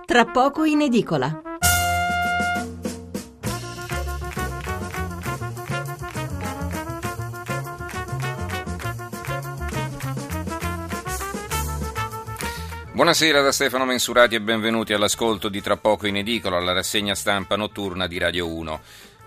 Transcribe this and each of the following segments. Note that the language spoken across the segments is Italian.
Tra poco in edicola. Buonasera da Stefano Mensurati e benvenuti all'ascolto di Tra poco in edicola, alla rassegna stampa notturna di Radio 1.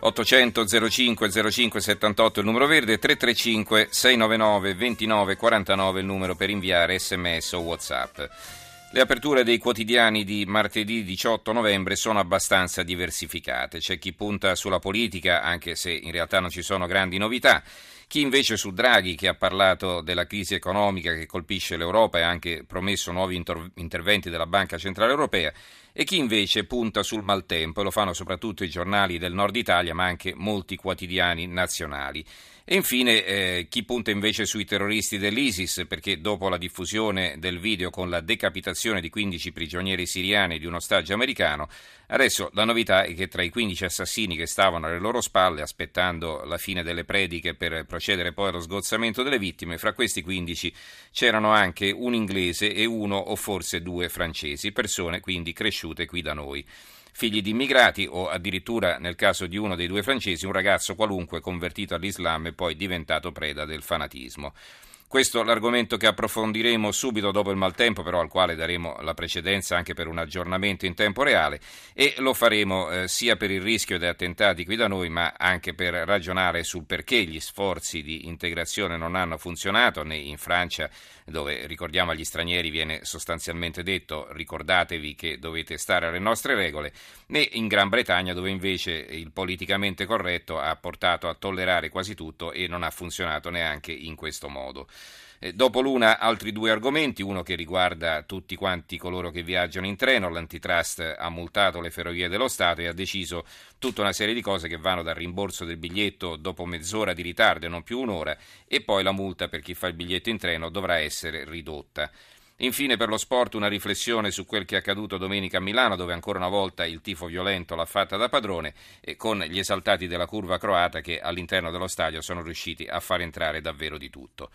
800 05 05 78 il numero verde, 335 699 29 49 il numero per inviare sms o WhatsApp. Le aperture dei quotidiani di martedì 18 novembre sono abbastanza diversificate. C'è chi punta sulla politica, anche se in realtà non ci sono grandi novità. Chi invece su Draghi, che ha parlato della crisi economica che colpisce l'Europa e ha anche promesso nuovi interventi della Banca Centrale Europea, e chi invece punta sul maltempo, e lo fanno soprattutto i giornali del nord Italia, ma anche molti quotidiani nazionali. E infine chi punta invece sui terroristi dell'ISIS, perché dopo la diffusione del video con la decapitazione di 15 prigionieri siriani e di un ostaggio americano, adesso la novità è che tra i 15 assassini che stavano alle loro spalle aspettando la fine delle prediche per procedere poi allo sgozzamento delle vittime, fra questi 15 c'erano anche un inglese e uno o forse due francesi, persone quindi cresciute qui da noi. Figli di immigrati o addirittura, nel caso di uno dei due francesi, un ragazzo qualunque convertito all'Islam e poi diventato preda del fanatismo. Questo è l'argomento che approfondiremo subito dopo il maltempo, però al quale daremo la precedenza anche per un aggiornamento in tempo reale, e lo faremo sia per il rischio di attentati qui da noi, ma anche per ragionare sul perché gli sforzi di integrazione non hanno funzionato, né in Francia, dove ricordiamo agli stranieri viene sostanzialmente detto ricordatevi che dovete stare alle nostre regole, né in Gran Bretagna, dove invece il politicamente corretto ha portato a tollerare quasi tutto e non ha funzionato neanche in questo modo. Dopo l'una altri due argomenti, uno che riguarda tutti quanti coloro che viaggiano in treno. L'antitrust ha multato le ferrovie dello Stato e ha deciso tutta una serie di cose che vanno dal rimborso del biglietto dopo mezz'ora di ritardo e non più un'ora, e poi la multa per chi fa il biglietto in treno dovrà essere ridotta. Infine per lo sport una riflessione su quel che è accaduto domenica a Milano, dove ancora una volta il tifo violento l'ha fatta da padrone, e con gli esaltati della curva croata che all'interno dello stadio sono riusciti a far entrare davvero di tutto.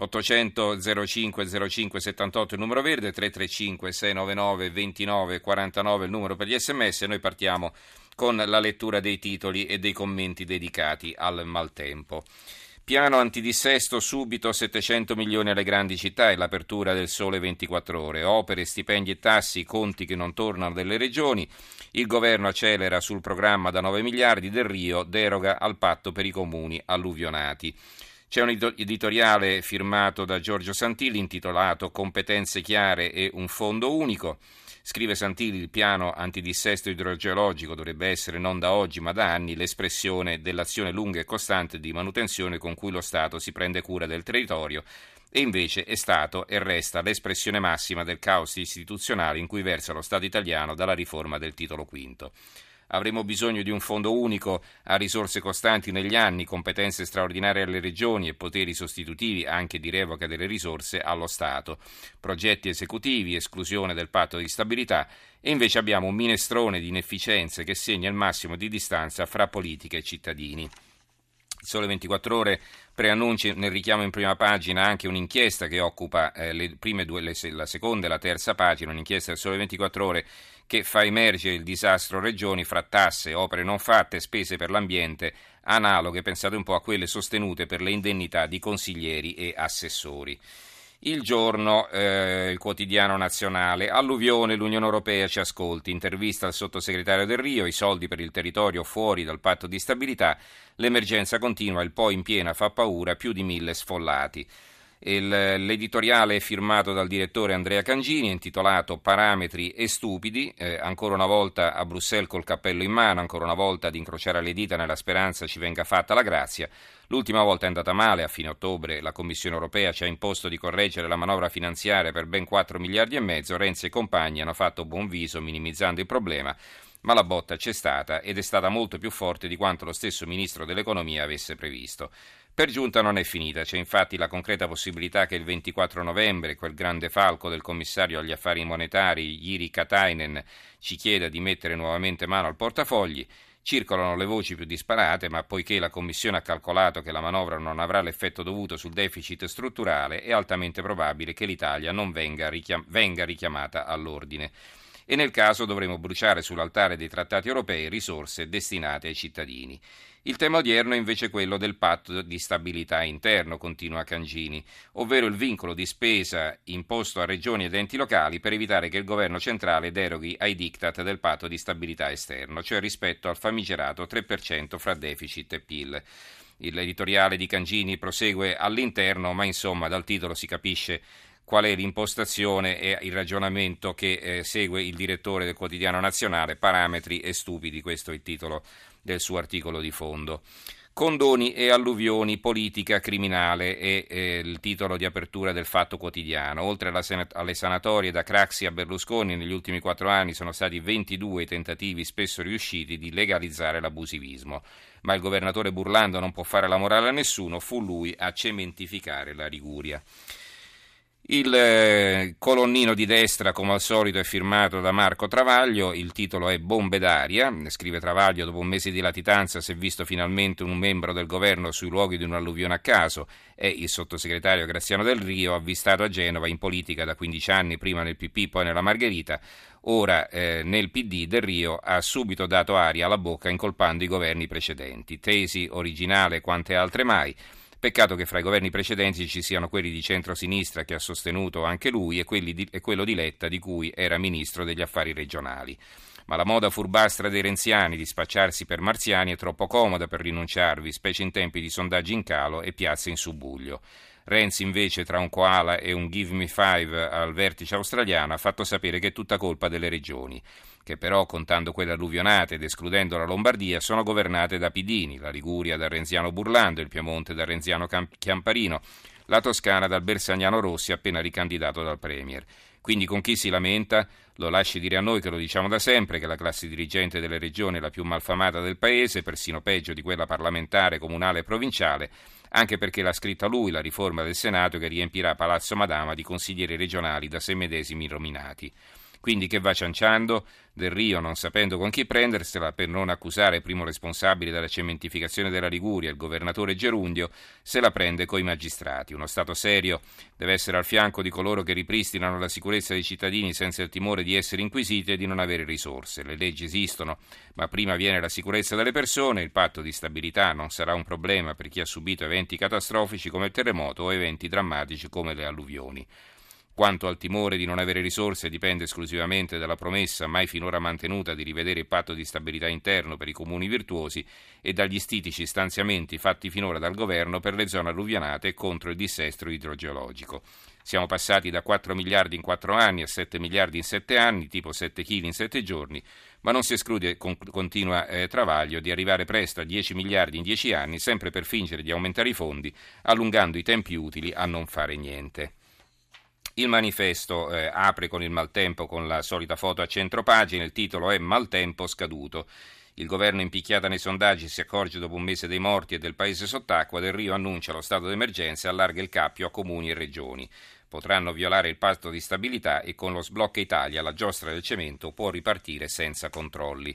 800 05 05 78 il numero verde, 335 699 29 49 il numero per gli sms, e noi partiamo con la lettura dei titoli e dei commenti dedicati al maltempo. Piano antidissesto, subito 700 milioni alle grandi città e l'apertura del Sole 24 Ore. Opere, stipendi e tassi, conti che non tornano delle regioni. Il governo accelera sul programma da 9 miliardi del Rio, deroga al patto per i comuni alluvionati. C'è un editoriale firmato da Giorgio Santilli intitolato Competenze chiare e un fondo unico. Scrive Santilli: il piano antidissesto idrogeologico dovrebbe essere non da oggi ma da anni l'espressione dell'azione lunga e costante di manutenzione con cui lo Stato si prende cura del territorio, e invece è stato e resta l'espressione massima del caos istituzionale in cui versa lo Stato italiano dalla riforma del titolo V. Avremo bisogno di un fondo unico a risorse costanti negli anni, competenze straordinarie alle regioni e poteri sostitutivi anche di revoca delle risorse allo Stato, progetti esecutivi, esclusione del patto di stabilità, e invece abbiamo un minestrone di inefficienze che segna il massimo di distanza fra politica e cittadini. Il Sole 24 Ore preannuncia nel richiamo in prima pagina anche un'inchiesta che occupa le prime due, la seconda e la terza pagina, un'inchiesta del Sole 24 Ore che fa emergere il disastro regioni fra tasse, opere non fatte e spese per l'ambiente, analoghe, pensate un po', a quelle sostenute per le indennità di consiglieri e assessori. Il Giorno, il quotidiano nazionale, alluvione, l'Unione Europea ci ascolti, intervista al sottosegretario Del Rio, i soldi per il territorio fuori dal patto di stabilità, l'emergenza continua, il poi in piena fa paura, più di 1000 sfollati. L'editoriale è firmato dal direttore Andrea Cangini, intitolato Parametri e stupidi, ancora una volta a Bruxelles col cappello in mano, ancora una volta ad incrociare le dita nella speranza ci venga fatta la grazia. L'ultima volta è andata male, a fine ottobre la Commissione Europea ci ha imposto di correggere la manovra finanziaria per ben 4 miliardi e mezzo, Renzi e compagni hanno fatto buon viso minimizzando il problema, ma la botta c'è stata ed è stata molto più forte di quanto lo stesso Ministro dell'Economia avesse previsto. Per giunta non è finita, c'è infatti la concreta possibilità che il 24 novembre quel grande falco del commissario agli affari monetari, Jiri Katainen, ci chieda di mettere nuovamente mano al portafogli. Circolano le voci più disparate, ma poiché la Commissione ha calcolato che la manovra non avrà l'effetto dovuto sul deficit strutturale, è altamente probabile che l'Italia non venga richiamata all'ordine. e nel caso dovremo bruciare sull'altare dei trattati europei risorse destinate ai cittadini. Il tema odierno è invece quello del patto di stabilità interno, continua Cangini, ovvero il vincolo di spesa imposto a regioni ed enti locali per evitare che il governo centrale deroghi ai diktat del patto di stabilità esterno, cioè rispetto al famigerato 3% fra deficit e PIL. L'editoriale di Cangini prosegue all'interno, ma insomma dal titolo si capisce qual è l'impostazione e il ragionamento che segue il direttore del Quotidiano Nazionale, parametri e stupidi, questo è il titolo del suo articolo di fondo. Condoni e alluvioni, politica criminale è il titolo di apertura del Fatto Quotidiano. Oltre alle sanatorie da Craxi a Berlusconi, negli ultimi 4 anni sono stati 22 i tentativi spesso riusciti di legalizzare l'abusivismo. Ma il governatore Burlando non può fare la morale a nessuno, fu lui a cementificare la Liguria. Il colonnino di destra, come al solito, è firmato da Marco Travaglio, il titolo è Bombe d'aria, scrive Travaglio: dopo un mese di latitanza si è visto finalmente un membro del governo sui luoghi di un'alluvione a caso, è il sottosegretario Graziano Del Rio, avvistato a Genova in politica da 15 anni, prima nel PP poi nella Margherita, ora nel PD. Del Rio ha subito dato aria alla bocca incolpando i governi precedenti, tesi originale quante altre mai. Peccato che fra i governi precedenti ci siano quelli di centrosinistra che ha sostenuto anche lui e quello di Letta, di cui era ministro degli affari regionali. Ma la moda furbastra dei renziani di spacciarsi per marziani è troppo comoda per rinunciarvi, specie in tempi di sondaggi in calo e piazze in subbuglio. Renzi invece, tra un koala e un give me five al vertice australiano, ha fatto sapere che è tutta colpa delle regioni, che però, contando quelle alluvionate ed escludendo la Lombardia, sono governate da Pidini, la Liguria dal renziano Burlando, il Piemonte dal renziano Chiamparino, la Toscana dal bersagnano Rossi appena ricandidato dal Premier. Quindi con chi si lamenta? Lo lasci dire a noi che lo diciamo da sempre, che la classe dirigente delle regioni è la più malfamata del paese, persino peggio di quella parlamentare, comunale e provinciale, anche perché l'ha scritta lui la riforma del Senato che riempirà Palazzo Madama di consiglieri regionali da sé medesimi nominati. Quindi che va cianciando? Del Rio, non sapendo con chi prendersela per non accusare il primo responsabile della cementificazione della Liguria, il governatore Gerundio, se la prende coi magistrati. Uno Stato serio deve essere al fianco di coloro che ripristinano la sicurezza dei cittadini senza il timore di essere inquisiti e di non avere risorse. Le leggi esistono, ma prima viene la sicurezza delle persone. Il patto di stabilità non sarà un problema per chi ha subito eventi catastrofici come il terremoto o eventi drammatici come le alluvioni. Quanto al timore di non avere risorse dipende esclusivamente dalla promessa mai finora mantenuta di rivedere il patto di stabilità interno per i comuni virtuosi e dagli stitici stanziamenti fatti finora dal governo per le zone alluvionate e contro il dissesto idrogeologico. Siamo passati da 4 miliardi in 4 anni a 7 miliardi in 7 anni, tipo 7 kg in 7 giorni, ma non si esclude, continua Travaglio, di arrivare presto a 10 miliardi in 10 anni, sempre per fingere di aumentare i fondi, allungando i tempi utili a non fare niente. Il Manifesto apre con il maltempo con la solita foto a centropagina, il titolo è Maltempo scaduto. Il governo impicchiata nei sondaggi si accorge dopo un mese dei morti e del paese sott'acqua. Del Rio annuncia lo stato d'emergenza e allarga il cappio a comuni e regioni. Potranno violare il patto di stabilità e con lo sblocca Italia la giostra del cemento può ripartire senza controlli.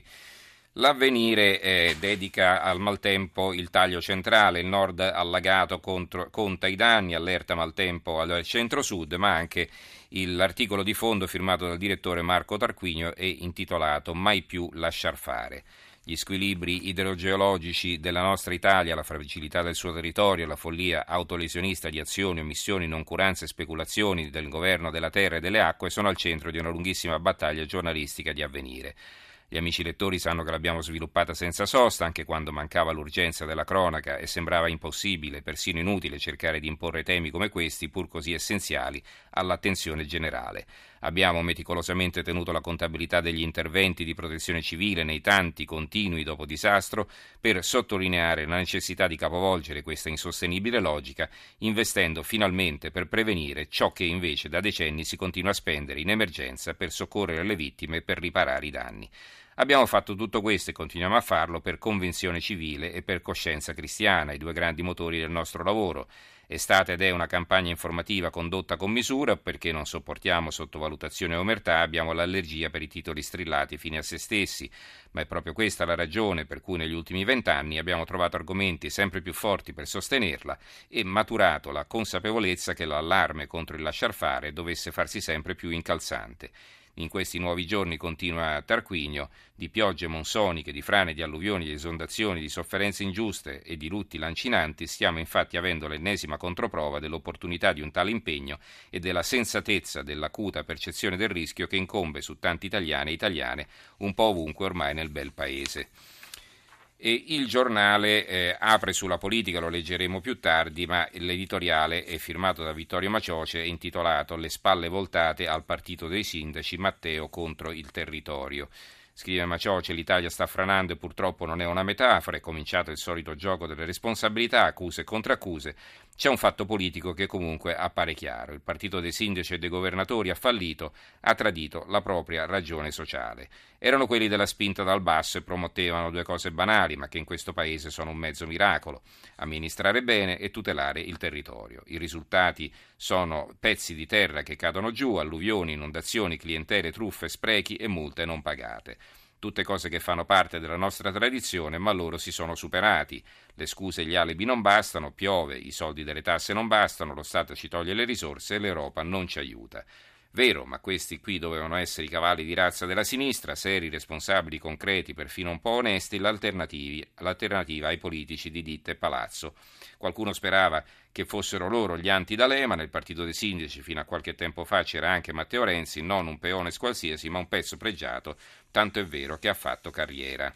L'Avvenire dedica al maltempo il taglio centrale, il nord allagato conta i danni, allerta maltempo al centro-sud, ma anche l'articolo di fondo firmato dal direttore Marco Tarquinio è intitolato Mai più lasciar fare. Gli squilibri idrogeologici della nostra Italia, la fragilità del suo territorio, la follia autolesionista di azioni, omissioni, noncuranze e speculazioni del governo della terra e delle acque sono al centro di una lunghissima battaglia giornalistica di Avvenire. Gli amici lettori sanno che l'abbiamo sviluppata senza sosta, anche quando mancava l'urgenza della cronaca e sembrava impossibile, persino inutile, cercare di imporre temi come questi, pur così essenziali, all'attenzione generale. Abbiamo meticolosamente tenuto la contabilità degli interventi di protezione civile nei tanti continui dopo disastro per sottolineare la necessità di capovolgere questa insostenibile logica, investendo finalmente per prevenire ciò che invece da decenni si continua a spendere in emergenza per soccorrere le vittime e per riparare i danni. Abbiamo fatto tutto questo e continuiamo a farlo per convinzione civile e per coscienza cristiana, i due grandi motori del nostro lavoro. È stata ed è una campagna informativa condotta con misura perché non sopportiamo sottovalutazione e omertà, abbiamo l'allergia per i titoli strillati fini a se stessi, ma è proprio questa la ragione per cui negli ultimi 20 anni abbiamo trovato argomenti sempre più forti per sostenerla e maturato la consapevolezza che l'allarme contro il lasciar fare dovesse farsi sempre più incalzante. In questi nuovi giorni, continua Tarquinio, di piogge monsoniche, di frane, di alluvioni, di esondazioni, di sofferenze ingiuste e di lutti lancinanti, stiamo infatti avendo l'ennesima controprova dell'opportunità di un tale impegno e della sensatezza dell'acuta percezione del rischio che incombe su tanti italiani e italiane un po' ovunque ormai nel bel paese. E il giornale apre sulla politica, lo leggeremo più tardi, ma l'editoriale è firmato da Vittorio Macioce, è intitolato Le spalle voltate al partito dei sindaci, Matteo contro il territorio. Scrive Macioce: l'Italia sta franando e purtroppo non è una metafora, è cominciato il solito gioco delle responsabilità, accuse e contraccuse. C'è un fatto politico che comunque appare chiaro: il partito dei sindaci e dei governatori ha fallito, ha tradito la propria ragione sociale. Erano quelli della spinta dal basso e promettevano due cose banali, ma che in questo paese sono un mezzo miracolo: amministrare bene e tutelare il territorio. I risultati sono pezzi di terra che cadono giù, alluvioni, inondazioni, clientele, truffe, sprechi e multe non pagate. Tutte cose che fanno parte della nostra tradizione, ma loro si sono superati. Le scuse e gli alibi non bastano, piove, i soldi delle tasse non bastano, lo Stato ci toglie le risorse e l'Europa non ci aiuta. Vero, ma questi qui dovevano essere i cavalli di razza della sinistra, seri, responsabili, concreti, perfino un po' onesti, l'alternativa ai politici di ditta e palazzo. Qualcuno sperava che fossero loro gli anti-D'Alema. Nel partito dei sindaci fino a qualche tempo fa c'era anche Matteo Renzi, non un peone qualsiasi, ma un pezzo pregiato, tanto è vero che ha fatto carriera.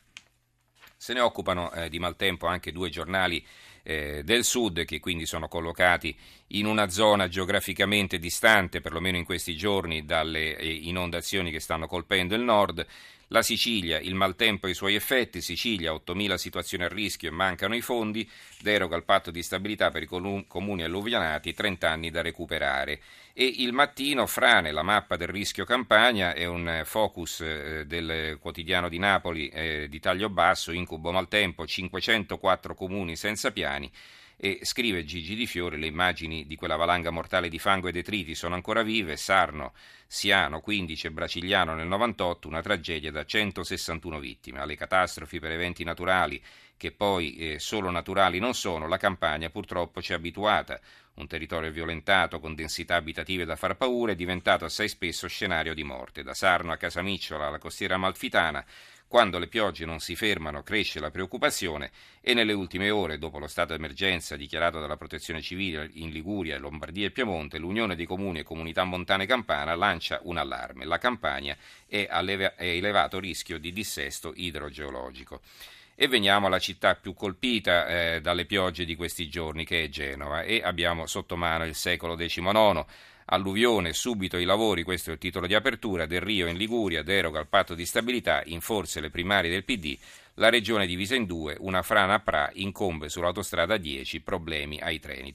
Se ne occupano di maltempo anche due giornali del sud, che quindi sono collocati in una zona geograficamente distante, perlomeno in questi giorni, dalle inondazioni che stanno colpendo il nord. La Sicilia, il maltempo e i suoi effetti. Sicilia, 8.000 situazioni a rischio e mancano i fondi, deroga al patto di stabilità per i comuni alluvionati, 30 anni da recuperare. E il Mattino, frane, la mappa del rischio Campania, è un focus del quotidiano di Napoli di taglio basso, incubo maltempo, 504 comuni senza piani. E scrive Gigi Di Fiore: le immagini di quella valanga mortale di fango e detriti sono ancora vive. Sarno, Siano, 15 e Bracigliano nel 98, una tragedia da 161 vittime. Alle catastrofi per eventi naturali, che poi solo naturali non sono, la Campania purtroppo ci è abituata. Un territorio violentato, con densità abitative da far paura, è diventato assai spesso scenario di morte. Da Sarno a Casamicciola alla costiera amalfitana, quando le piogge non si fermano, cresce la preoccupazione e nelle ultime ore, dopo lo stato d'emergenza dichiarato dalla Protezione Civile in Liguria, Lombardia e Piemonte, l'Unione dei Comuni e Comunità Montane Campana lancia un allarme. La Campania è a elevato rischio di dissesto idrogeologico. E veniamo alla città più colpita dalle piogge di questi giorni, che è Genova, e abbiamo sotto mano il secolo XIX. Alluvione, subito i lavori, questo è il titolo di apertura. Del Rio in Liguria, deroga al patto di stabilità, in forze le primarie del PD, la regione divisa in due, una frana a Pra, incombe sull'autostrada 10, problemi ai treni.